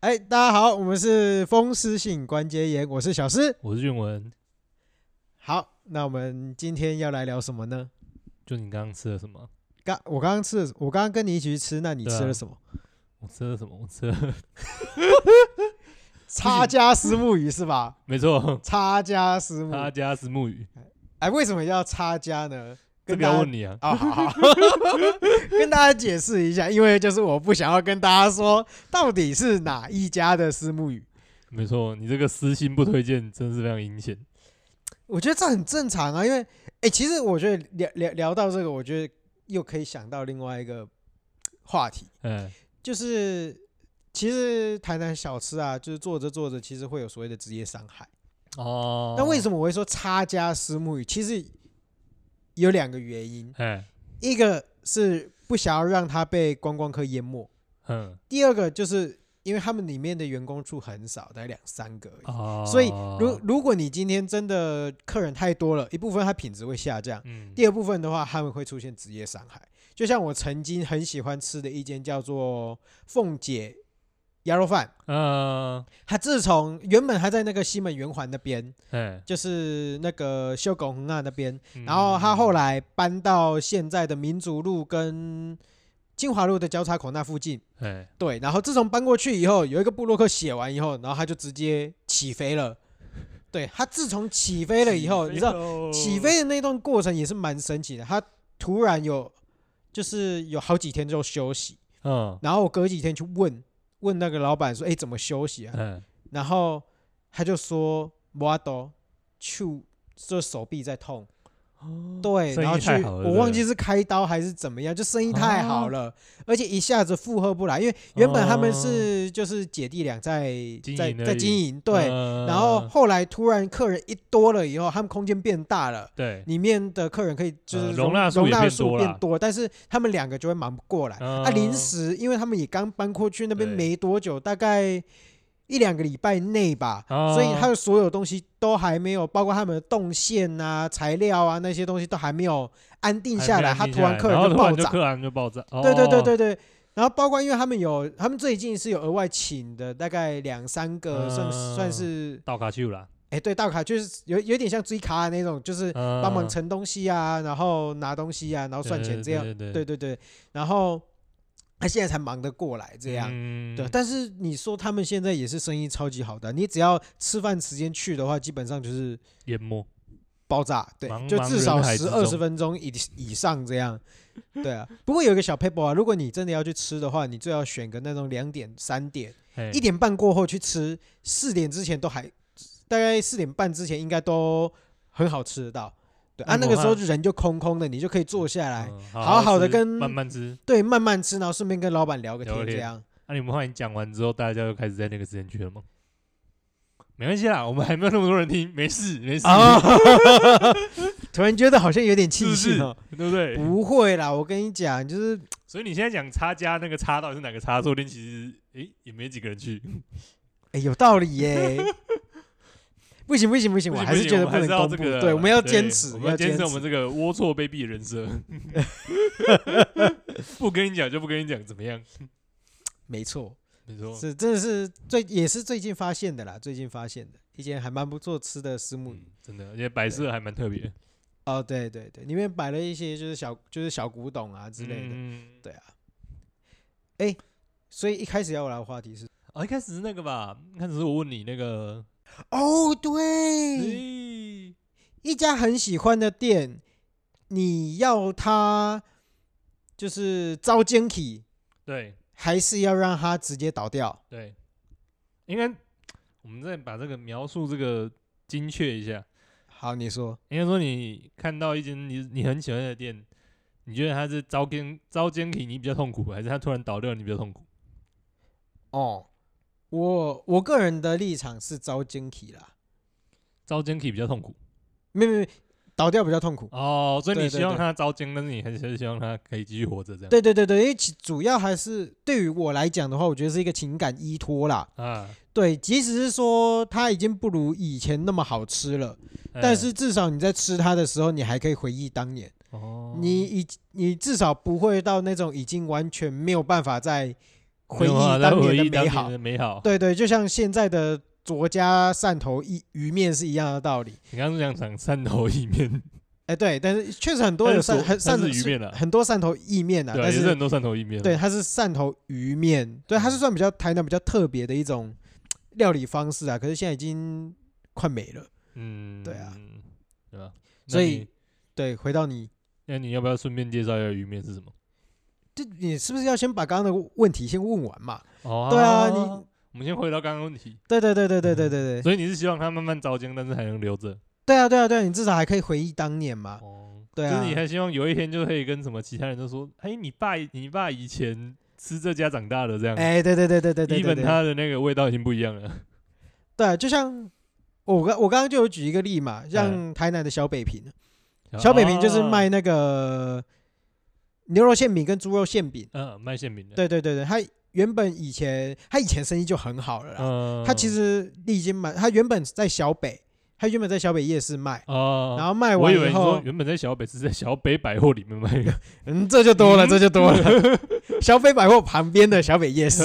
大家好，我们是风湿性关节炎，我是小诗， 我是俊文。 好，那我们今天要来聊什么呢？ 就你刚刚吃了什么？ 我刚刚吃了，我刚刚跟你一起去吃，那你吃了什么？ 我吃了什么？我吃了叉加虱目鱼是吧？ 没错， 叉加虱目， 他家是木鱼。 为什么要叉加呢？ 这个要问你啊。 好，跟大家解释一下，因为就是我不想要跟大家说到底是哪一家的虱目鱼。 没错，你这个私心不推荐，真是非常阴险。 我觉得这很正常啊，因为其实我觉得聊到这个，我觉得又可以想到另外一个话题，就是其实台南小吃啊，就是做着做着，其实会有所谓的职业伤害。 哦， 那为什么我会说叉加虱目鱼？其实有两个原因，一个是不想要让它被观光客淹没，第二个就是因为他们里面的员工数很少，大概2-3个而已，所以如果你今天真的客人太多了，一部分它品质会下降，第二部分的话，他们会出现职业伤害。就像我曾经很喜欢吃的一间叫做凤姐鸭肉饭，他自从原本他在那个西门圆环那边，就是那个修狗横岸那边，然后他后来搬到现在的民族路跟金华路的交叉口那附近，对，然后自从搬过去以后，有一个部落客写完以后，然后他就直接起飞了。对，他自从起飞了以后，你知道起飞的那段过程也是蛮神奇的，他突然就是有好几天就休息，然后我隔几天去问那个老板说，怎么休息啊？然后他就说，没都就手臂在痛。对，然后我忘记是开刀还是怎么样，就生意太好了，而且一下子负荷不来，因为原本他们是就是姐弟俩在经营，对，然后后来突然客人一多了以后，他们空间变大了，对，里面的客人可以就是容纳数变多，但是他们两个就会忙不过来，临时因为他们也刚搬过去那边没多久，大概1-2个礼拜内吧，所以他的所有东西都还没有，包括他们的动线啊、材料啊那些东西都还没有安定下来，他突然客人就暴涨，对，然后包括因为他们最近是有额外请的大概2-3个，算是倒卡去了。 对，倒卡就是有点像追卡的那种，就是帮忙盛东西啊，然后拿东西啊，然后算钱这样，对，然后他现在才忙得过来这样，对。但是你说他们现在也是生意超级好的，你只要吃饭时间去的话，基本上就是淹没、 爆炸，对，就至少10-20分钟以上这样，对啊。不过有一个小 paper 啊，如果你真的要去吃的话，你最好选个那种2点、3点，1点半过后去吃，4点之前都还，大概4点半之前应该都很好吃得到。对那个时候人就空空的，你就可以坐下来，好好的跟慢慢吃， 对，慢慢吃，然后顺便跟老板聊个天这样。 你们话你讲完之后，大家就开始在那个时间去了吗？没关系啦，我们还没有那么多人听，没事。 突然觉得好像有点气势， 对不对？ 不会啦，我跟你讲，就是所以你现在讲叉加那个叉到底是哪个叉？说不定其实也没几个人去。 有道理耶。不行，我还是觉得不能公布。对，我们要坚持， 我们要坚持我们这个龌龊卑鄙的人设。不跟你讲就不跟你讲，怎么样？ 没错，是真的是也是最近发现的啦，最近发现的一间还蛮不错吃的虱目鱼， 真的，而且摆设还蛮特别。 对，里面摆了一些就是小古董啊之类的，对啊。所以一开始要聊的话题是， 一开始是那个吧？一开始是我问你那个。 对，一家很喜欢的店，你要他就是招奸体， 对， 还是要让他直接倒掉？ 对，应该我们再把这个描述这个精确一下。 好，你说， 应该说你看到一间你很喜欢的店，你觉得他是招奸体你比较痛苦，还是他突然倒掉你比较痛苦？ 我个人的立场是招奸体啦， 招奸体比较痛苦， 没倒掉比较痛苦所以你希望他招奸，但是你还是希望他可以继续活着这样。 对，因为主要还是对于我来讲的话，我觉得是一个情感依托啦。对，即使是说它已经不如以前那么好吃了，但是至少你在吃它的时候，你还可以回忆当年。你至少不会到那种已经完全没有办法再回忆当年的美好。 对对，就像现在的卓家汕头鱼面是一样的道理。 你刚刚是讲汕头意面？ 对，但是确实很多有汕头鱼面啊， 很多汕头意面啊， 对， 但是也是很多汕头意面。 对，它是汕头鱼面，对，它是算比较台南比较特别的一种料理方式啊。可是现在已经快没了。对啊， 对吧？ 所以对，回到你， 那你要不要顺便介绍一下鱼面是什么？ 你是不是要先把刚刚的问题先问完嘛？对啊，我们先回到刚刚问题。 对。 所以你是希望它慢慢招浆，但是还能留着？ 对啊，你至少还可以回忆当年嘛。对啊， 就是你还希望有一天就可以跟什么其他人都说，你爸以前吃这家长大的这样。 对， 基本他的那个味道已经不一样了。 对，就像我刚刚就有举一个例嘛，像台南的小北平，小北平就是卖那个牛肉馅饼跟猪肉馅饼， 卖馅饼的。 对，他以前生意就很好了啦。他其实历经他原本在小北夜市卖，然后卖完以后，我以为你说原本在小北是在小北百货里面卖。 这就多了。小北百货旁边的小北夜市，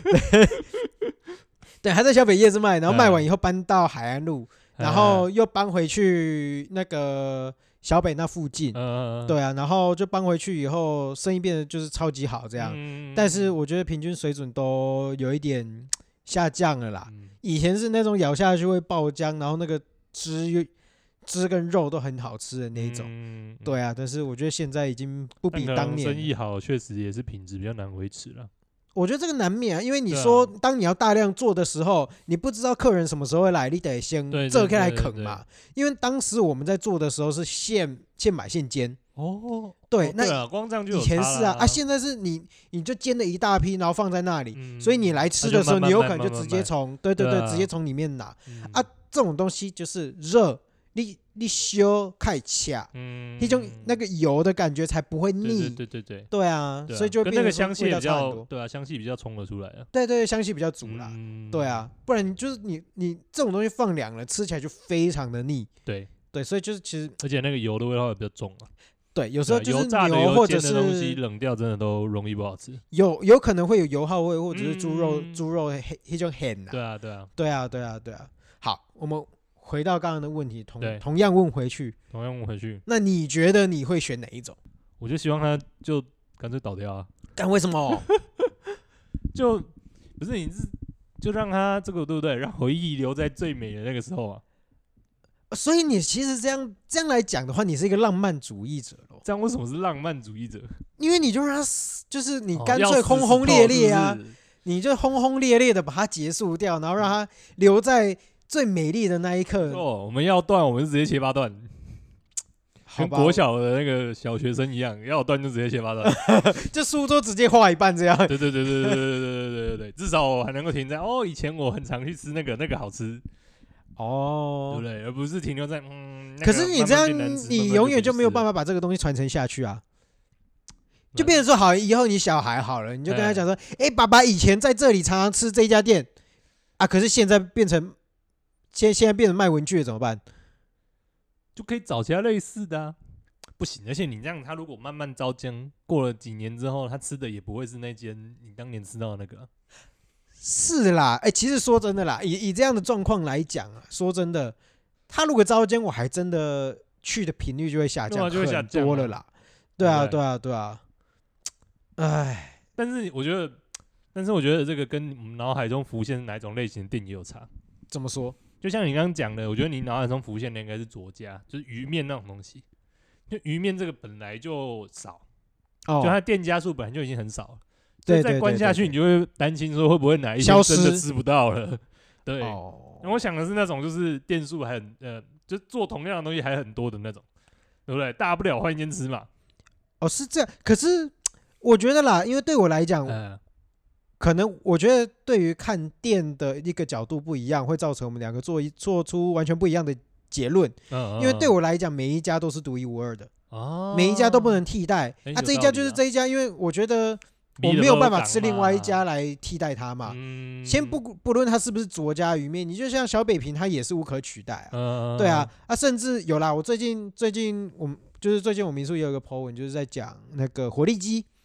对，还在小北夜市卖，然后卖完以后搬到海岸路，然后又搬回去那个小北那附近，对啊，然后就搬回去以后，生意变得就是超级好这样。但是我觉得平均水准都有一点下降了啦。以前是那种咬下去会爆浆，然后那个汁跟肉都很好吃的那一种。对啊，但是我觉得现在已经不比当年。 生意好，确实也是品质比较难维持了。 我觉得这个难免啊，因为你说当你要大量做的时候，你不知道客人什么时候会来，你得先这开来啃嘛。因为当时我们在做的时候是现买现煎。对，那光这样就有以前是啊，现在是你就煎了一大批，然后放在那里，所以你来吃的时候，你有可能就直接从直接从里面拿啊。这种东西就是热，你烧开恰，那种那个油的感觉才不会腻。对啊，所以就变那个香气比较对啊，香气比较冲了出来了。 对，香气比较足啦。对啊，不然就是你这种东西放凉了，吃起来就非常的腻。对，所以就是其实， 而且那个油的味道也比较重啊。 对，有时候就是牛或者是东西冷掉，真的都容易不好吃。 有可能会有油耗味，或者是猪肉那种很啊。 对啊。好，我们回到刚刚的问题，同样问回去。那你觉得你会选哪一种？ 我就希望他就干脆倒掉啊！ 但为什么？ 就不是你就让他这个对不对？让回忆留在最美的那个时候啊。 所以你其实这样来讲的话，你是一个浪漫主义者咯。 这样为什么是浪漫主义者？ 因为你就让他就是你干脆轰轰烈烈啊，是不是？你就轰轰烈烈的把它结束掉，然后让它留在最美丽的那一刻。 我们要断，我们就直接切8段，跟国小的那个小学生一样，要断就直接切8段， 就书桌直接画一半这样。 对，至少我还能够停在以前我很常去吃那个好吃。对不对？而不是停留在可是你这样，你永远就没有办法把这个东西传承下去啊。就变成说，好，以后你小孩好了，你就跟他讲说，爸爸以前在这里常常吃这家店啊，可是现在变成现在变成卖文具了，怎么办？ 就可以找其他类似的啊。不行，而且你这样，他如果慢慢招浆，过了几年之后，他吃的也不会是那间你当年吃到的那个。 是啦，其实说真的啦，以这样的状况来讲啊，说真的，他如果招奸，我还真的去的频率就会下降很多了啦。对啊，哎，但是我觉得这个跟我们脑海中浮现哪一种类型的店也有差。 怎么说？ 就像你刚刚讲的，我觉得你脑海中浮现的应该是卓家，就是鱼面那种东西。就鱼面这个本来就少，就它店家数本来就已经很少了。对，再关下去，你就会担心说会不会哪一天真的吃不到了。对，我想的是那种就是店数还很就做同样的东西还很多的那种，对不对？大不了换一间吃嘛。是这样。可是我觉得啦，因为对我来讲，可能我觉得对于看店的一个角度不一样，会造成我们两个做出完全不一样的结论。因为对我来讲，每一家都是独一无二的，每一家都不能替代。这一家就是这一家，因为我觉得我没有办法吃另外一家来替代它嘛。先不论它是不是卓家鱼面，你就像小北平，它也是无可取代啊。对啊，甚至有啦。我最近我们就是最近我民宿也有一个 po 文，就是在讲那个火力鸡。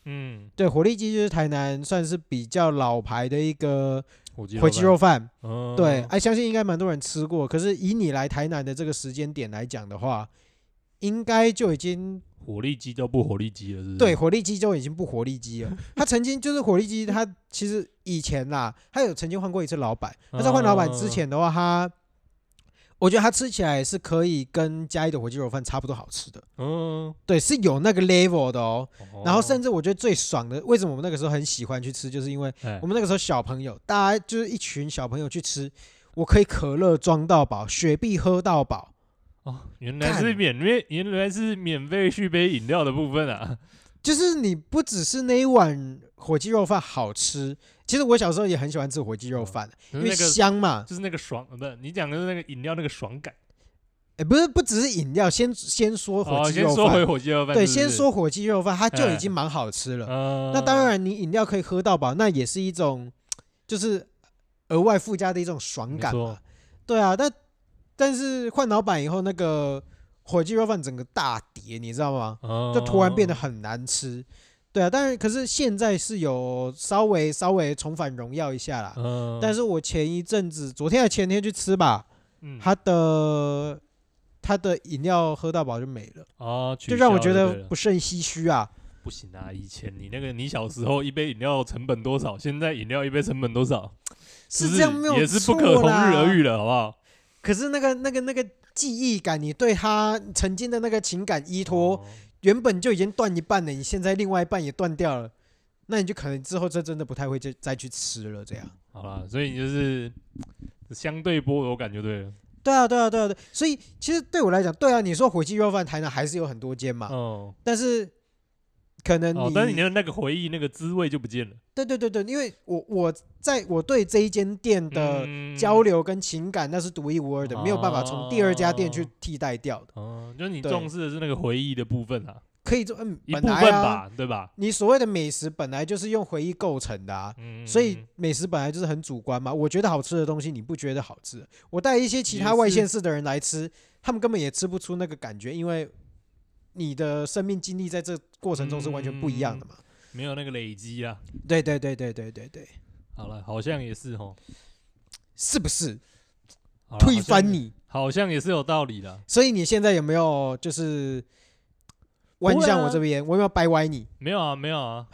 对，火力鸡就是台南算是比较老牌的一个火鸡肉饭。对，相信应该蛮多人吃过。可是以你来台南的这个时间点来讲的话，应该就已经火力鸡都不火力鸡了，是不是？ 对，火力鸡就已经不火力鸡了。他曾经就是火力鸡，他其实以前啦，他有曾经换过一次老板。他在换老板之前的话，我觉得他吃起来是可以跟嘉义的火鸡肉饭差不多好吃的。对，是有那个 level 的哦。然后甚至我觉得最爽的，为什么我们那个时候很喜欢去吃，就是因为我们那个时候小朋友，大家就是一群小朋友去吃，我可以可乐装到饱，雪碧喝到饱。 原来是免费续杯饮料的部分啊！ 就是你不只是那一碗火鸡肉饭好吃，其实我小时候也很喜欢吃火鸡肉饭，因为香嘛， 就是那个爽，不是你讲的是那个饮料那个爽感。 不只是饮料，先说火鸡肉饭， 先说回火鸡肉饭， 对，先说火鸡肉饭，它就已经蛮好吃了。那当然，你饮料可以喝到饱，那也是一种就是额外附加的一种爽感嘛。对啊，但是换老板以后，那个火鸡肉饭整个大跌，你知道吗？就突然变得很难吃。对啊，可是现在是有稍微重返荣耀一下啦。但是我前一阵子，昨天还前天去吃吧，他的饮料喝到饱就没了，就让我觉得不胜唏嘘啊。 不行啊，以前你小时候一杯饮料成本多少？现在饮料一杯成本多少？ 是这样没有错啦， 也是不可同日而语了，好不好？ 可是那个记忆感，你对他曾经的那个情感依托，原本就已经断一半了，你现在另外一半也断掉了，那你就可能之后真的不太会再去吃了，这样。 好啦，所以你就是相对剥夺感就对了。 对啊，所以其实对我来讲，对啊，你说火鸡肉饭台南还是有很多间嘛，但是可能但是你的那个回忆、那个滋味就不见了。对， 因为我对这一间店的交流跟情感，那是独一无二的，没有办法从第二家店去替代掉的。 就是你重视的是那个回忆的部分啊。 可以做， 一部分吧，对吧？ 你所谓的美食本来就是用回忆构成的啊，所以美食本来就是很主观嘛。我觉得好吃的东西，你不觉得好吃？我带一些其他外县市的人来吃，他们根本也吃不出那个感觉，因为你的生命经历在这过程中是完全不一样的嘛， 没有那个累积啊。 对。 好了，好像也是齁， 是不是？推翻你， 好像也是有道理的。 所以你现在有没有就是弯向我这边？我有没有掰歪你？ 没有啊。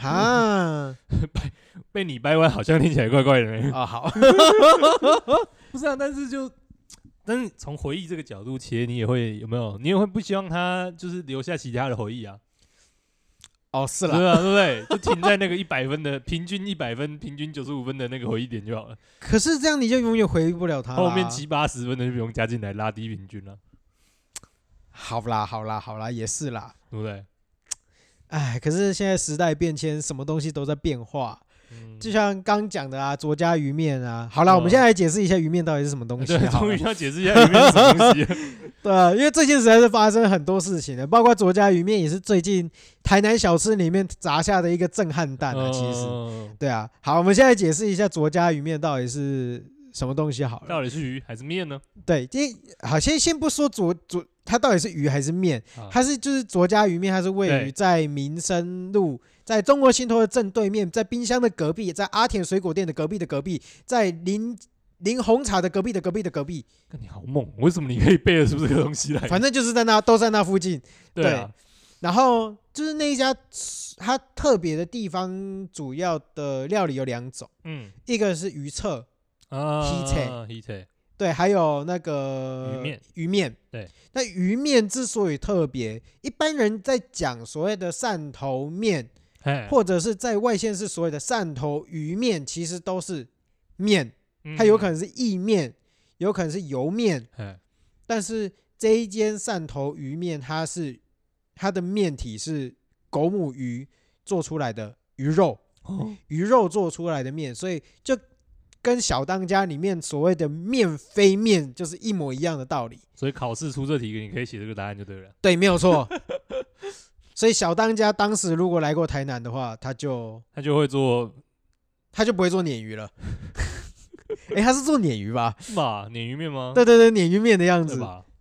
被你掰弯，好像听起来怪怪的。 好。 不是啊，但是从回忆这个角度切，你也会有没有？你也会不希望他就是留下其他的回忆啊？ 是啦， 对不对？就停在那个100分的平均100分、平均95分的那个回忆点就好了。 可是这样你就永远回忆不了他啦。 后面70、80分的就不用加进来，拉低平均了。 好啦，也是啦， 对不对？ 可是现在时代变迁，什么东西都在变化。就像刚讲的啊，卓家鱼面啊。好了，我们现在来解释一下鱼面到底是什么东西。 对，终于要解释一下鱼面是什么东西。 对啊，因为最近实在是发生很多事情了，包括卓家鱼面也是最近台南小吃里面砸下的一个震撼弹啊。其实，对啊。好，我们现在解释一下卓家鱼面到底是什么东西好了。 到底是鱼还是面呢？ 对，好，先不说它到底是鱼还是面，它就是卓家鱼面，它是位于在民生路，在中国信托的正对面，在冰箱的隔壁，在阿田水果店的隔壁的隔壁，在林红茶的隔壁的隔壁的隔壁。 你好猛，为什么你可以背得出这个东西来？ 反正就是都在那附近。 对啊。 然后就是那一家，它特别的地方，主要的料理有2种，一个是鱼册鱼册。对，还有那个鱼面。 对， 那鱼面之所以特别，一般人在讲所谓的汕头面，或者是在外县市所谓的汕头鱼面，其实都是面，它有可能是意面，有可能是油面。但是这一间汕头鱼面，它的面体是狗母鱼做出来的鱼肉，鱼肉做出来的面，所以就跟小当家里面所谓的面非面就是一模一样的道理。 所以考试出这题，你可以写这个答案就对了。 对，没有错。所以小当家当时如果来过台南的话，他就会做， 他就不会做鲶鱼了。他是做鲶鱼吧？ 是吧？鲶鱼面吗？ 对，鲶鱼面的样子吧。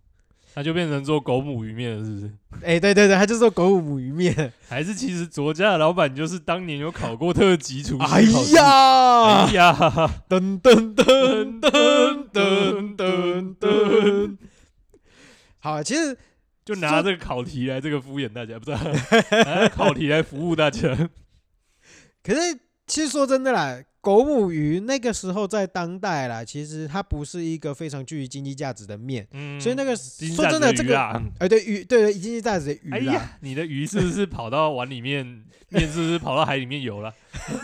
他就变成做狗母鱼面了，是不是？ 对，他就做狗母鱼面。 还是其实卓家的老板就是当年有考过特级厨师？ 哎呀，噔噔噔噔噔噔噔。好，其实就拿这个考题来这个敷衍大家，不是拿考题来服务大家。 可是其实说真的啦，狗母鱼那个时候在当代啦，其实它不是一个非常具有经济价值的面，所以那个说真的这个，对鱼，对经济价值的鱼啦。 哎呀，你的鱼是不是跑到碗里面，面是不是跑到海里面游了？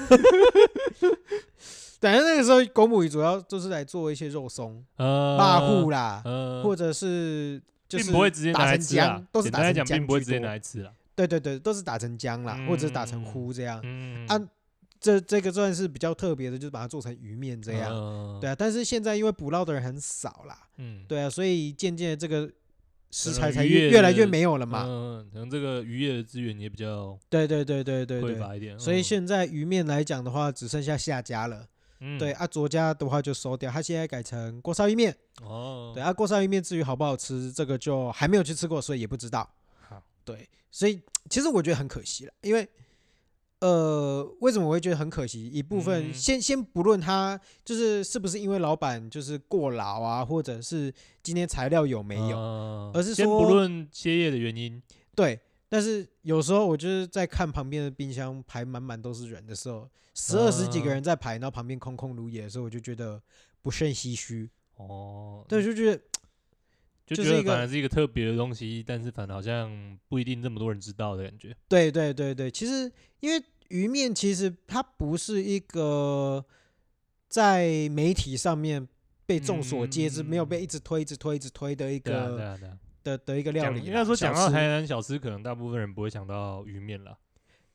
对，那个时候狗母鱼主要就是来做一些肉松、辣糊啦，或者是就是不会直接拿来吃啊，都是打成浆， 并不会直接拿来吃啦。 对，都是打成浆啦，或者是打成糊这样。这个算是比较特别的，就是把它做成鱼面这样。对啊，但是现在因为捕捞的人很少啦，对啊，所以渐渐这个食材才越来越没有了嘛。 可能这个渔业的资源也比较对匮乏一点。 所以现在鱼面来讲的话，只剩下夏家了。对啊，卓家的话就收掉，他现在改成锅烧意面。对啊，锅烧意面至于好不好吃，这个就还没有去吃过，所以也不知道。对，所以其实我觉得很可惜了，因为为什么我会觉得很可惜？一部分先不论他是不是因为老板就是过劳啊，或者是今天材料有没有，而是说先不论歇业的原因。 对，但是有时候我就是在看旁边的冰箱排满都是人的时候，10-20几个人在排，然后旁边空空如也的时候，我就觉得不胜唏嘘。对，就觉得。 就觉得反而是一个特别的东西，但是反而好像不一定这么多人知道的感觉。 对，其实因为鱼面其实它不是一个在媒体上面被众所皆知，没有被一直推的一个的一个料理。 应该说讲到台南小吃，可能大部分人不会想到鱼面啦。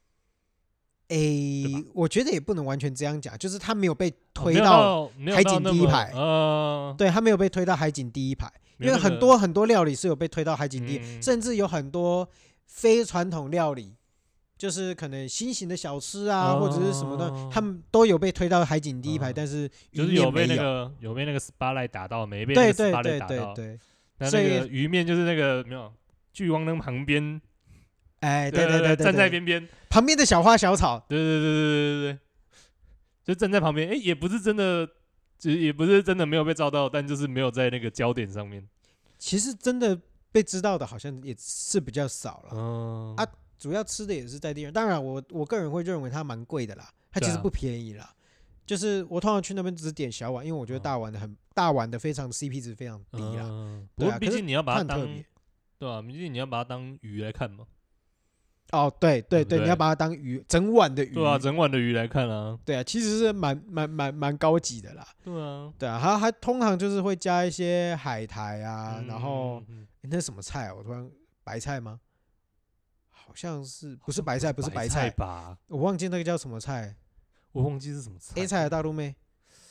我觉得也不能完全这样讲，就是它没有被推到海景第一排。对，它没有被推到海景第一排。因为很多料理是有被推到海景第一，甚至有很多非传统料理，就是可能新型的小吃啊，或者是什么的，他们都有被推到海景第一排，但是就是有被那个 spotlight 打到，没被那个 spotlight 打到。对，那个鱼面就是那个没有聚光灯旁边，对，站在边边， 旁边的小花小草， 对，就站在旁边，也不是真的。也不是真的没有被照到，但就是没有在那个焦点上面。 其实真的被知道的好像也是比较少了。主要吃的也是在地人。当然我个人会认为它蛮贵的啦，它其实不便宜啦。就是我通常去那边只点小碗，因为我觉得大碗的非常 CP 值非常低啦。对啊， 毕竟你要把它当对啊，毕竟你要把它当鱼来看嘛。 对，你要把它当鱼，整碗的鱼。 对啊，整碗的鱼来看啊。 对啊，其实是蛮高级的啦。对啊，它通常就是会加一些海苔啊，然后那什么菜啊？我突然白菜吗？好像是不是白菜？不是白菜吧？ 我忘记那个叫什么菜。 我忘记是什么菜。 A 菜的大陆妹。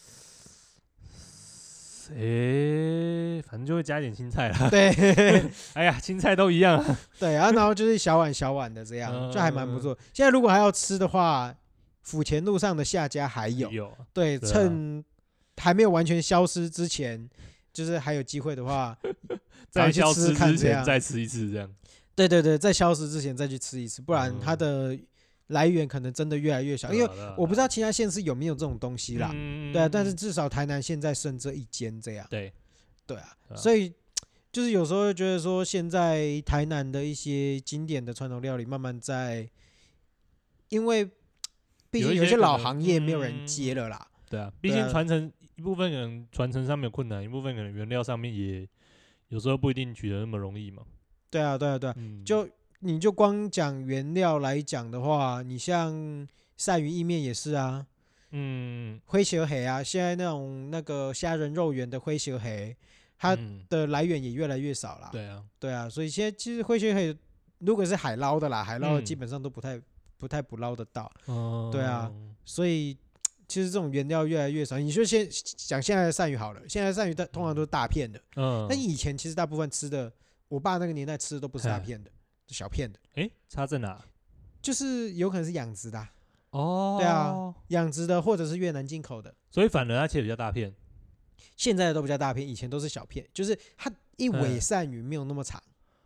反正就会加一点青菜啦。 对， 哎呀，青菜都一样。 对啊，然后就是小碗的这样，就还蛮不错。现在如果还要吃的话，府前路上的夏家还有。对，趁还没有完全消失之前，就是还有机会的话， 在消失之前再吃一次这样。 对，在消失之前再去吃一次，不然它的来源可能真的越来越小，因为我不知道其他县市有没有这种东西啦。对啊，但是至少台南现在剩这一间这样。对啊，所以就是有时候会觉得说，现在台南的一些经典的传统料理慢慢在，因为毕竟有些老行业没有人接了啦。 对啊，毕竟传承一部分可能传承上面有困难，一部分可能原料上面也有时候不一定取得那么容易嘛。 对啊，你就光讲原料来讲的话，你像鳝鱼意面也是啊，灰小黑啊，现在那个虾仁肉圆的灰小黑，它的来源也越来越少了。对啊，所以现在其实灰小黑如果是海捞的啦，海捞的基本上都不太捕捞得到。对啊，所以其实这种原料越来越少。你就先讲现在的鳝鱼好了，现在的鳝鱼通常都是大片的，但以前其实大部分吃的，我爸那个年代吃的都不是大片的。小片的， 差在哪？ 就是有可能是养殖的。对啊，养殖的或者是越南进口的， 所以反而它切比较大片。 现在的都比较大片，以前都是小片，就是它一尾鳝鱼没有那么长。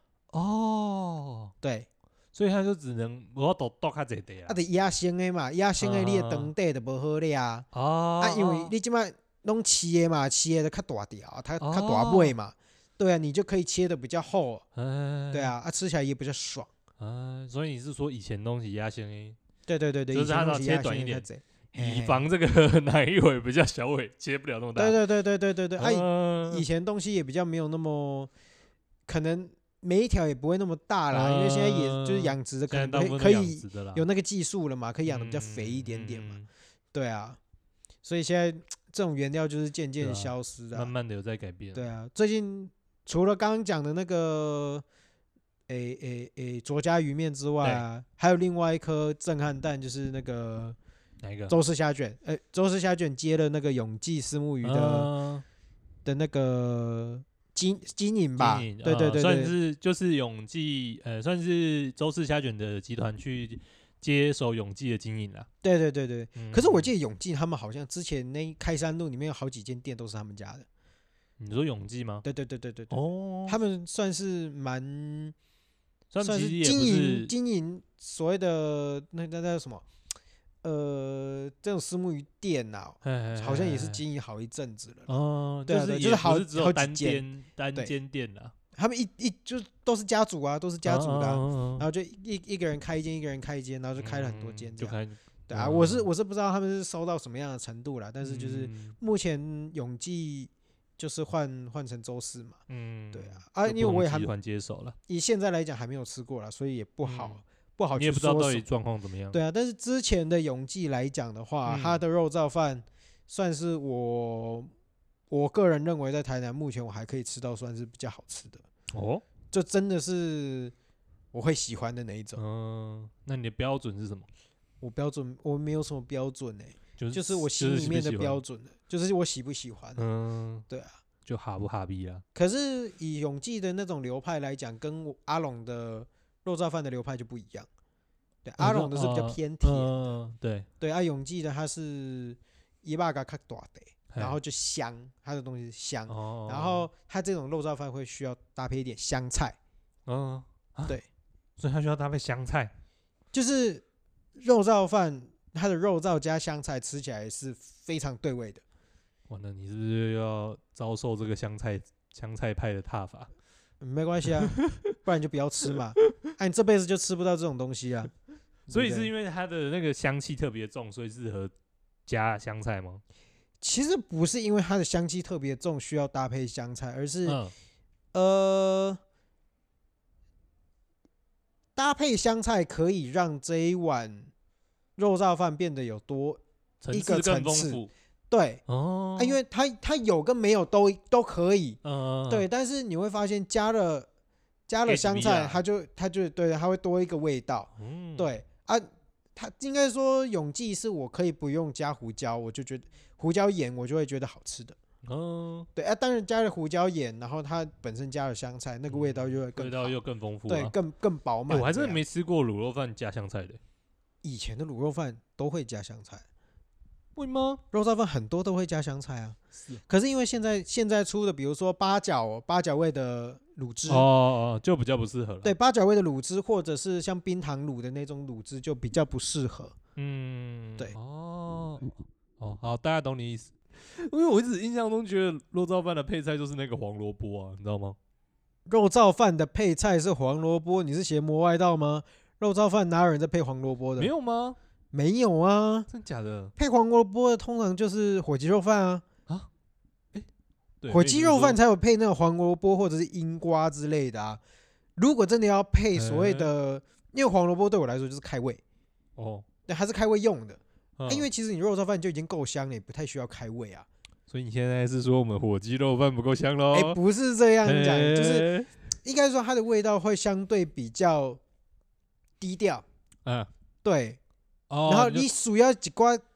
对， 所以它就只能我剁较济地啊，得压生的嘛，压生的你的长底就无好咧啊。因为你即摆拢切的嘛，切的较大条，它较大尾嘛。对啊，你就可以切的比较厚。对啊，吃起来也比较爽。 所以你是说以前东西压生的？ 对， 就是它切短一点。以防这个哪一尾比较小尾切不了那么大。 对。以前东西也比较没有那么，可能每一条也不会那么大啦，因为现在也就是养殖的，可能可以有那个技术了嘛，可以养的比较肥一点点嘛。对啊，所以现在这种原料就是渐渐消失的， 慢慢的有在改变。 对啊，最近除了刚刚讲的那个卓家鱼面之外啊，还有另外一颗震撼弹，就是那个。 哪一个？ 周氏虾卷，周氏虾卷接了那个永记虱目鱼的那个经营吧，对， 算是就是永记，算是周氏虾卷的集团去接手永记的经营啦。 对。可是我记得永记他们好像之前那开山路里面有好几间店都是他们家的。 你说永记吗？ 对。他们算是算是经营所谓的那叫什么？这种虱目鱼店呐，好像也是经营好一阵子了。就是好几间单间店啦。 他们就都是家族啊，都是家族的，然后就一个人开一间，一个人开一间，然后就开了很多间这样。对啊，我是不知道他们是收到什么样的程度啦，但是就是目前永记就是换成周氏嘛。对啊，因为我也还接手了， 以现在来讲还没有吃过啦，所以也不好。 你也不知道到底状况怎么样。 对啊，但是之前的永记来讲的话，它的肉燥饭算是我个人认为在台南目前我还可以吃到算是比较好吃的。就真的是我会喜欢的那一种。 那你的标准是什么？ 我没有什么标准就是我心里面的标准就是我喜不喜欢。对啊， 就哈不哈逼啦。 可是以永记的那种流派来讲，跟阿龙的肉燥饭的流派就不一样。对，阿龙的是比较偏甜的。对，永记的它是一把个较大的，然后就香，它的东西是香。然后它这种肉燥饭会需要搭配一点香菜。对， 所以它需要搭配香菜。 就是肉燥饭，它的肉燥加香菜吃起来是非常对味的。 哇，那你是不是要遭受这个香菜派的挞伐？ 没关系啊，不然你就不要吃嘛。你这辈子就吃不到这种东西啊。 所以是因为它的那个香气特别重，所以适合加香菜吗？ 其实不是因为它的香气特别重需要搭配香菜，而是搭配香菜可以让这一碗肉燥饭变得有多一个层次。对，因为它有跟没有都可以。对，但是你会发现加了香菜，它就对，它会多一个味道。对啊，它应该说永记是我可以不用加胡椒，我就觉得胡椒盐我就会觉得好吃的。对啊，当然加了胡椒盐，然后它本身加了香菜，那个味道就会更好， 味道又更丰富。 对，更饱满。 我还真的没吃过卤肉饭加香菜的。 以前的卤肉饭都会加香菜。 会吗？ 肉燥饭很多都会加香菜啊。可是因为现在出的，比如说八角味的卤汁， 就比较不适合了。 对，八角味的卤汁，或者是像冰糖卤的那种卤汁，就比较不适合。对。 好，大家懂你意思。因为我一直印象中觉得肉燥饭的配菜就是那个黄萝卜啊，你知道吗？ 肉燥饭的配菜是黄萝卜，你是邪魔外道吗？肉燥饭哪有人在配黄萝卜的？ 没有吗？ 没有啊， 真假的？ 配黄萝卜的通常就是火鸡肉饭啊。火鸡肉饭才有配那个黄萝卜或者是樱瓜之类的啊。如果真的要配所谓的，因为黄萝卜对我来说就是开胃。对，它是开胃用的。因为其实你肉燥饭就已经够香了，也不太需要开胃啊。 所以你现在是说我们火鸡肉饭不够香咯？ 不是这样讲，就是应该说它的味道会相对比较低调。对。然后你需要一寡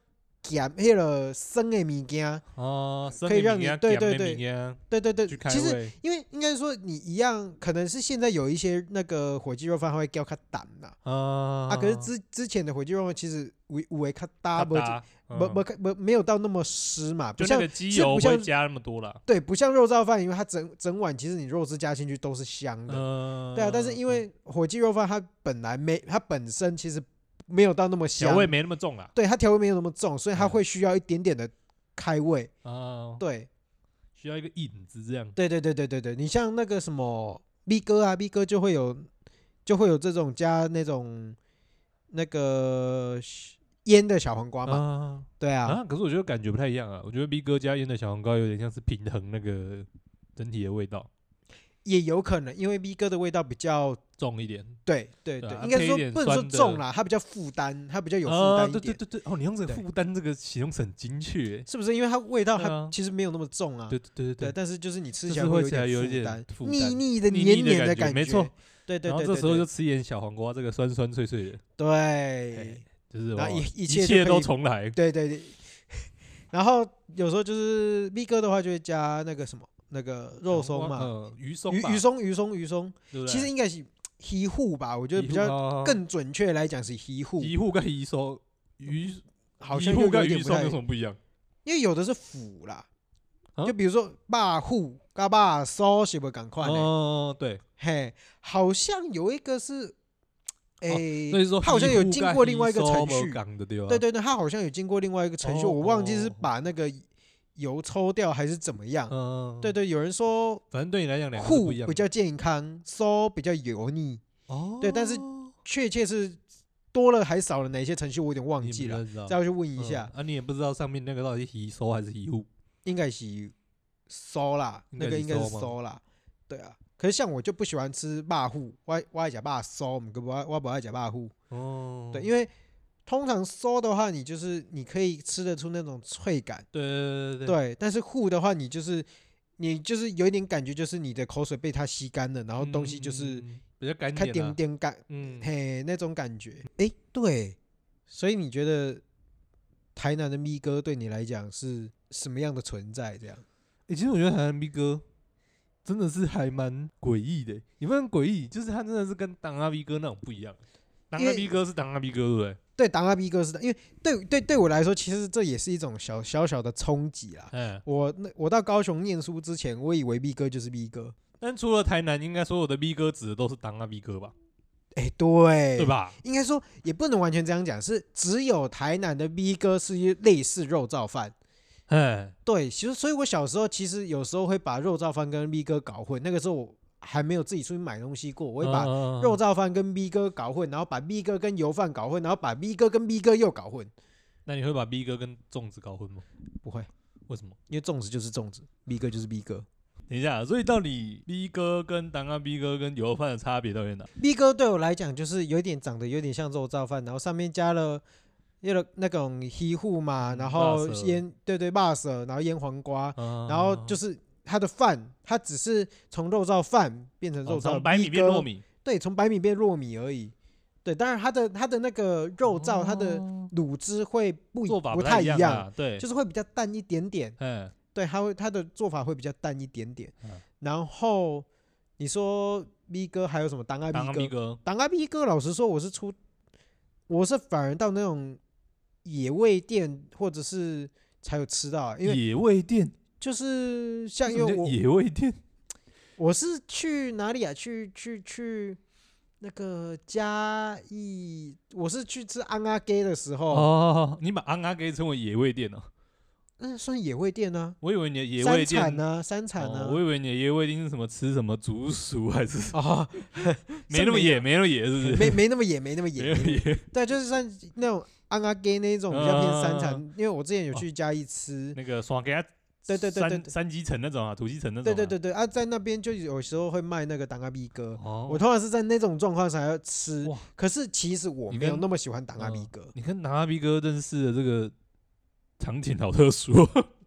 咸迄个生的物件可以让你对，其实因为应该说你一样，可能是现在有一些那个火鸡肉饭会叫较淡啦，可是之前的火鸡肉饭其实有的较淡，没有到那么湿嘛，不像机油不会加那么多啦。 对，不像肉燥饭，因为它整碗其实你肉汁加进去都是香的，对啊。但是因为火鸡肉饭它本身其实没有到那么香， 调味没那么重啦。 对，它调味没有那么重，所以它会需要一点点的开胃。对， 需要一个引子这样。 对，你像那个什么 B 哥啊 ，B 哥就会有这种加那种那个腌的小黄瓜嘛。对啊。 可是我觉得感觉不太一样啊。我觉得 B 哥加腌的小黄瓜有点像是平衡那个整体的味道。 也有可能，因为 B 哥的味道比较重一点。 对，应该说不能说重啦，它比较负担，它比较有负担一点。 对，你用这个负担这个形容词很精确， 是不是？因为它味道它其实没有那么重啊。 对， 但是就是你吃起来会有点负担，腻的、 黏黏的感觉。 没错。 对。 然后这时候就吃一点小黄瓜，这个酸酸脆脆的。 对。 就是然后一切都重来。 对。然后有时候就是 B 哥的话就会加那个什么。那个肉松嘛，鱼松，其实应该是鱼户吧，我觉得比较更准确来讲是鱼户。 鱼户跟鱼松， 好像有点鱼松有什么不一样？ 因为有的是腐啦，就比如说肉户跟肉松是不是同款的？ 对， 嘿，好像有一个是， 它好像有经过另外一个程序， 对， 它好像有经过另外一个程序，我忘记是把那个油抽掉还是怎么样？对，有人说， 反正对你来讲， 户比较健康，收比较油腻。对，但是确切是多了还少了哪些程序，我有点忘记了，再要去问一下。 你也不知道上面那个到底是鱼收还是鱼户？ 应该是收啦，那个应该是收啦。对啊，可是像我就不喜欢吃肉户，我爱吃肉收，我不爱吃肉户。对，因为通常收的话，你可以吃得出那种脆感，对。但是糊的话，你就是有一点感觉，就是你的口水被它吸干了，然后东西就是比较干一点，点干，那种感觉。对。所以你觉得台南的咪哥对你来讲是什么样的存在？这样？ 其实我觉得台南咪哥真的是还蛮诡异的，也不能诡异，就是他真的是跟当阿咪哥那种不一样。当阿咪哥是当阿咪哥，对不对？ 对，当阿 B 哥是的，因为对我来说，其实这也是一种小小的冲击啦。我到高雄念书之前，我以为 B 哥就是 B 哥， 但除了台南，应该所有的 B 哥指的都是当阿 B 哥吧？ 对吧？ 应该说也不能完全这样讲，是只有台南的 B 哥是类似肉燥饭。对，其实所以我小时候其实有时候会把肉燥饭跟 B 哥搞混，那个时候我还没有自己出去买东西过，我会把肉燥饭跟 B 哥搞混，然后把 B 哥跟油饭搞混，然后把 B 哥跟 B 哥又搞混。 那你会把 B 哥跟粽子搞混吗？ 不会。 为什么？ 因为粽子就是粽子， B 哥就是 B 哥。 等一下，所以到底 B 哥跟当阿 B 哥跟油饭的差别到底在哪？ B 哥对我来讲就是长得有点像肉燥饭，然后上面加了那种鱼糊嘛，然后腌肉色，然后腌黄瓜，然后就是它的饭，它只是从肉燥饭变成肉燥， 从白米变糯米， 对，从白米变糯米而已。对，当然它的那个肉燥，它的卤汁会不太一样， 对， 就是会比较淡一点点。对，它的做法会比较淡一点点。然后你说 B 哥还有什么当阿 B 哥？当阿 B 哥，老实说，我是反而到那种野味店或者是才有吃到，因为野味店就是像因为野味店， 我是去哪里啊？去那个嘉义，我是去吃安阿给的时候。 你把安阿给称为野味店哦？ 算野味店啊。 我以为你的野味店山产啊。 我以为你的野味店是什么吃什么竹鼠还是没那么野，是不是？ 没那么野，没那么野。对，就是像那种安阿给那种比较偏山产，因为我之前有去嘉义吃那个刷给他。对，山鸡城那种啊，土鸡城那种。 对啊，在那边就有时候会卖那个当阿 B 哥。我通常是在那种状况下要吃，可是其实我没有那么喜欢当阿 B 哥。 你跟当阿 B 哥认识的这个场景好特殊。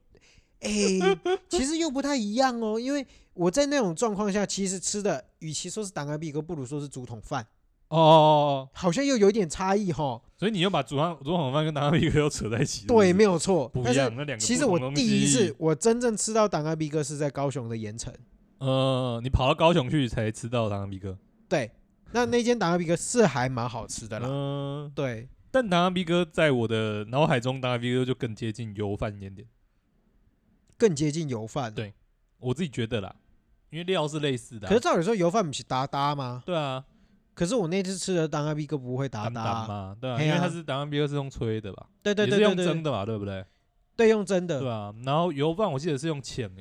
其实又不太一样哦，因为我在那种状况下，其实吃的与其说是当阿 B 哥，不如说是竹筒饭。 好像又有一点差异哈。 所以你又把煮好饭跟当阿 B 哥又扯在一起。 对，没有错。 不一样，那两个。 其实我第一次我真正吃到当阿 B 哥是在高雄的盐城。 你跑到高雄去才吃到当阿 B 哥。 对，那间当阿 B 哥是还蛮好吃的啦。对。 但当阿 B 哥在我的脑海中，当阿 B 哥就更接近油饭一点点。 更接近油饭。 对，我自己觉得啦，因为料是类似的。 可是照理说油饭不是搭搭吗？ 对啊。 可是我那次吃的当阿 B 哥不会搭搭嘛，对啊，因为它是当阿 B 哥是用吹的吧？ 对， 也是用蒸的嘛，对不对？ 对，用蒸的。 对啊，然后油饭我记得是用炝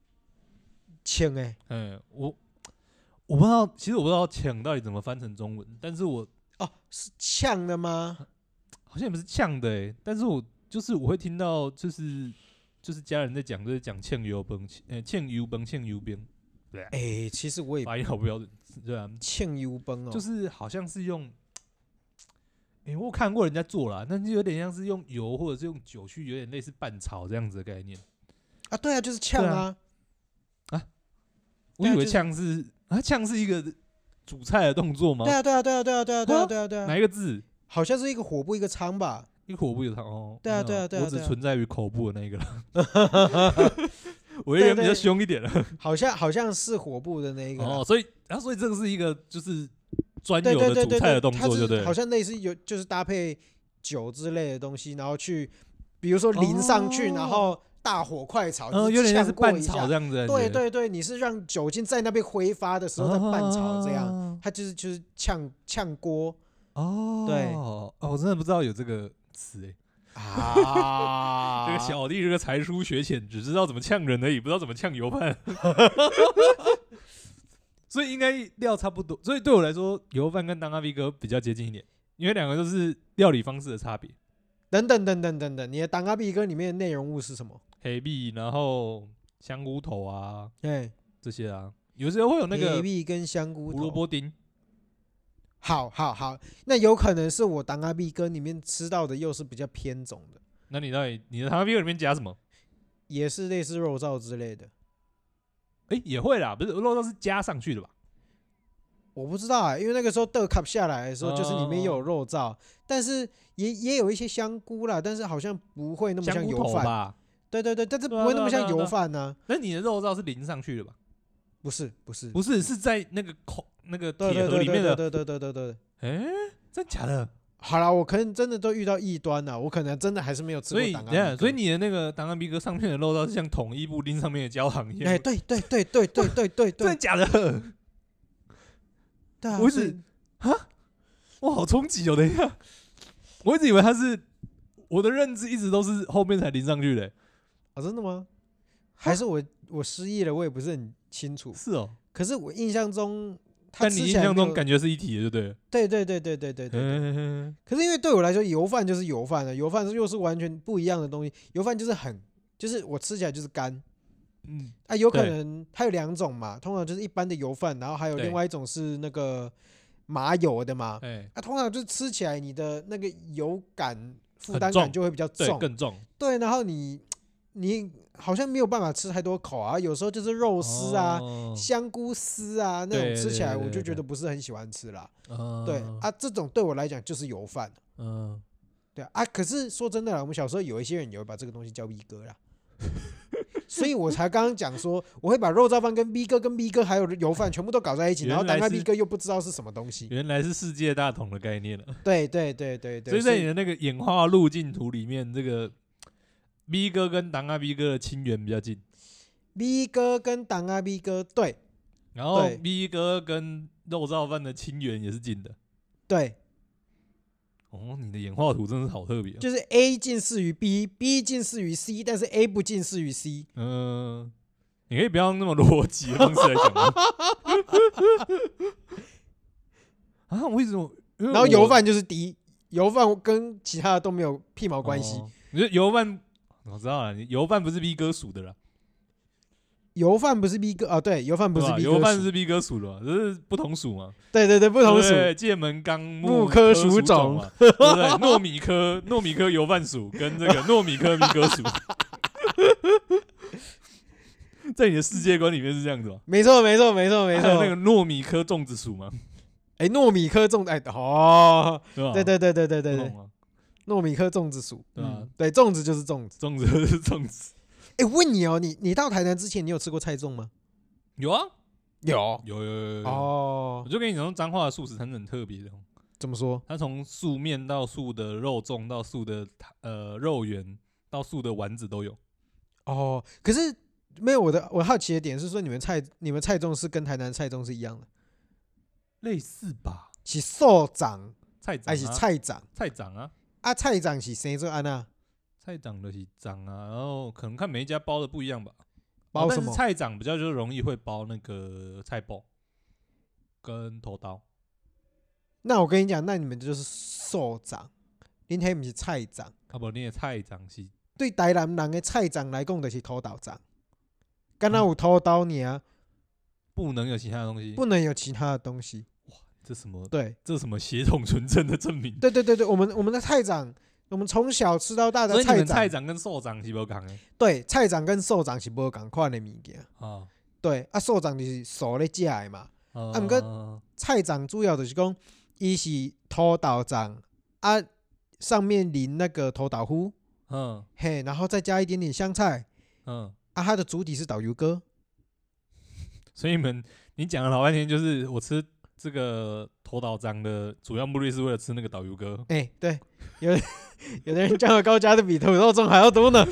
我不知道，其实我不知道炝到底怎么翻成中文，但是是呛的吗？ 好像也不是呛的但是我会听到就是家人在讲，就是讲炝油崩，炝油崩，炝油冰。 对，其实我也发音好不标准，对啊， 炝油崩就是好像是用，我看过人家做啦，但是有点像是用油或者是用酒去，有点类似拌炒这样子的概念啊。对啊，就是呛啊。 我以为呛是呛是一个煮菜的动作吗？ 对啊。 哪一个字？ 好像是一个火部一个仓吧。 一个火部一个仓哦。 对啊。 我只存在于口部的那一个了。我以为比较凶一点了。 好像是火部的那一个。 所以这个是一个就是专有的煮菜的动作，对。 好像类似就是搭配酒之类的东西，然后去比如说淋上去，然后大火快炒， 有点像是拌炒这样子。 对，你是让酒精在那边挥发的时候再拌炒这样，它就是呛锅。对。 我真的不知道有这个词这个小弟这个才疏学浅，只知道怎么呛人而已，不知道怎么呛油饭。所以应该料差不多，所以对我来说，油饭跟当阿 B 哥比较接近一点，因为两个都是料理方式的差别。 等等，你的当阿 B 哥里面的内容物是什么？ 黑币，然后香菇头啊，这些啊，有时候会有那个黑币跟香菇头、 胡萝卜丁。 好，那有可能是我当阿 B 哥里面吃到的又是比较偏种的。 那你到底你的当阿 B 哥里面加什么？ 也是类似肉燥之类的。 也会啦，不是肉燥是加上去的吧？ 我不知道因为那个时候的 cup 下来的时候，就是里面有肉燥，但是也有一些香菇啦，但是好像不会那么像油饭吧？对，但是不会那么像油饭呢。 那你的肉燥是淋上去的吧？ 不是， 是在那个铁盒里面的。 对。 真假的？ 好啦，我可能真的都遇到异端了，我可能真的还是没有吃过当阿 B 哥。 所以你的那个当阿 B 哥上面的肉燥是像统一布丁上面的焦糖一样。 对。 真的假的？ 对啊。 我一直哇，好冲击哦！等一下，我一直以为它是我的认知一直都是后面才淋上去的。 真的吗？还是我失忆了？我也不是很清楚。 是哦。 可是我印象中。 但你印象中感觉是一体的，对不对？对。可是因为对我来说，油饭就是油饭了，油饭又是完全不一样的东西。油饭就是我吃起来就是干。有可能它有两种嘛，通常就是一般的油饭，然后还有另外一种是那个麻油的嘛。通常就是吃起来你的那个油感负担感就会比较重， 更重。 对，然后你好像没有办法吃太多口啊，有时候就是肉丝啊、香菇丝啊那种吃起来我就觉得不是很喜欢吃啦。对啊，这种对我来讲就是油饭。对啊，可是说真的啦，我们小时候有一些人也会把这个东西叫 B 哥啦，所以我才刚刚讲说我会把肉燥饭跟 B 哥还有油饭全部都搞在一起，然后当阿 B 哥又不知道是什么东西。 原来是世界大同的概念了。 对。 所以在你的那个演化路径图里面，这个 B 哥跟当阿 B 哥的亲缘比较近。 B 哥跟当阿 B 哥对， 然后 B 哥跟肉燥饭的亲缘也是近的。 对。 你的演化图真的是好特别。 就是 A 近似于 B 近似于 C， 但是 A 不近似于 C。 你可以不要用那么逻辑的方式来讲吗？为什么？ 然后油饭就是 D， 油饭跟其他的都没有屁毛关系。 你说油饭，我知道了，油饭不是 B 哥属的啦。 油饭不是 B 哥对，油饭不是 B 哥属， 油饭是 B 哥属的嘛，这是不同属嘛。 对，不同属。 界门纲木科属种嘛，对不对？糯米科油饭属跟这个糯米科 B 哥属，在你的世界观里面是这样子吗？ 没错。 还有那个糯米科粽子属吗？ 糯米科粽子，对对对对对对对，糯米科粽子属，对，粽子就是粽子， 粽子就是粽子。 问你哦，你到台南之前，你有吃过菜粽吗？ 有啊， 有哦。我就跟你讲，彰化的素食餐是很特别的。 怎么说？ 它从素面到素的肉粽，到素的肉圆，到素的丸子都有。 哦，可是没有我好奇的点是说，你们菜粽是跟台南菜粽是一样的？ 类似吧？ 是素粽， 菜粽还是菜粽？ 菜粽啊！ 啊，菜粽是生做安那？ 菜粽就是粽啊，然后可能看每一家包的不一样吧。 包什么？ 但是菜粽比较就容易会包那个菜包跟头刀。 那我跟你讲，那你们就是素粽，恁迄不是菜粽。 啊不，你的菜粽是对台南人的菜粽来讲，就是土豆粽，敢若有土豆尔， 不能有其他的东西， 不能有其他的东西。 哇，这什么？ 对， 这什么血统纯正的证明？ 对对对对，我们的菜粽。我们从小吃到大的菜粽， 所以你们菜粽跟素粽是无同的。 对，菜粽跟素粽是无同款的物件。 啊， 对，啊，素粽就是素咧食的嘛。啊，毋过菜粽主要就是讲，伊是土豆粽，啊，上面淋那个土豆糊，嘿，然后再加一点点香菜，啊，它的主体是导游哥。 所以你讲了老半天，就是我吃这个土豆粽的主要目的是为了吃那个导游哥。 对，有的人酱油膏加的比土豆粽还要多呢。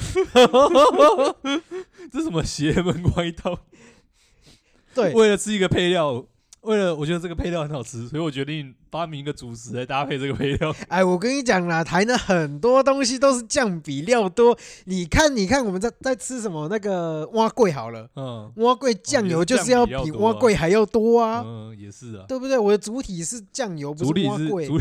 这什么邪门歪道？ 对， 为了吃一个配料，为了我觉得这个配料很好吃，所以我决定发明一个主食来搭配这个配料。 我跟你讲啦，台南很多东西都是酱比料多。你看，我们在吃什么那个碗粿好了，碗粿酱油就是要比碗粿还要多啊。 也是啊， 对不对？我的主体是酱油，不是碗粿。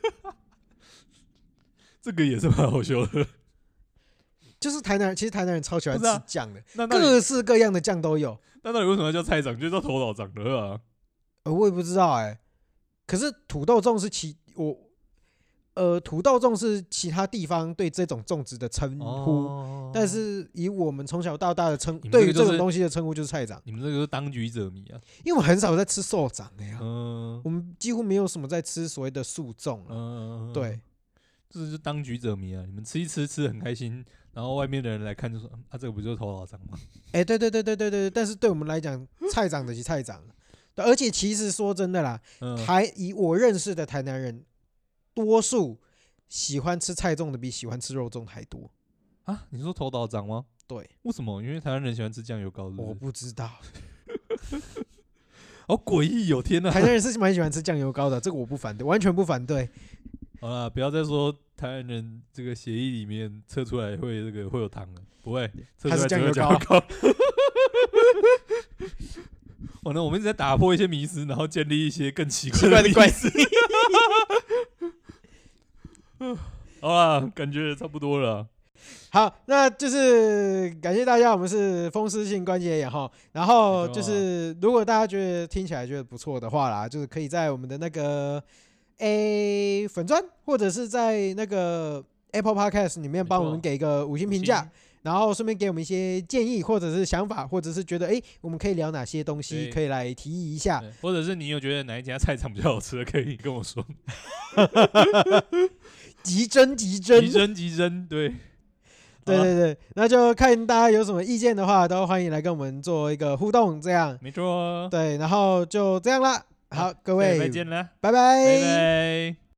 这个也是蛮好笑的。 就是其实台南人超喜欢吃酱的，各式各样的酱都有。 那到底为什么要叫菜粽？就叫土豆粽的啊？ 我也不知道可是土豆粽是土豆粽是其他地方对这种粽子的称呼，但是以我们从小到大的对于这种东西的称呼就是菜粽。 你们这个是当局者迷啊！ 因为我们很少在吃素粽的呀，我们几乎没有什么在吃所谓的素粽对。 这是当局者迷啊！你们吃一吃得很开心，然后外面的人来看就说：“这个不就是土豆粽吗？” 对对对对对对，但是对我们来讲，菜粽的是菜粽。而且其实说真的啦，以我认识的台南人，多数喜欢吃菜粽的比喜欢吃肉粽还多啊！你说土豆粽吗？ 对， 为什么？因为台湾人喜欢吃酱油膏， 我不知道。 好诡异哦！天哪， 台南人是蛮喜欢吃酱油膏的，这个我不反对，完全不反对。 好啦，不要再说台湾人这个血液里面测出来会有糖了，不会，测出来只有酱油膏。完了，我们一直在打破一些迷思，然后建立一些更奇怪的关系。好啦，感觉差不多了。 好，那就是感谢大家，我们是风湿性关节炎哈。然后就是如果大家觉得听起来觉得不错的话啦，就是可以在我们的那个粉专，或者是在那个 Apple Podcast 里面帮我们给一个5星评价，然后顺便给我们一些建议或者是想法，或者是觉得我们可以聊哪些东西，可以来提议一下， 或者是你有觉得哪一家菜场比较好吃的，可以跟我说。 急针， 对。 对对对，那就看大家有什么意见的话，都欢迎来跟我们做一个互动，这样没错。 对，然后就这样啦。好，各位再见了， 拜拜。 拜拜。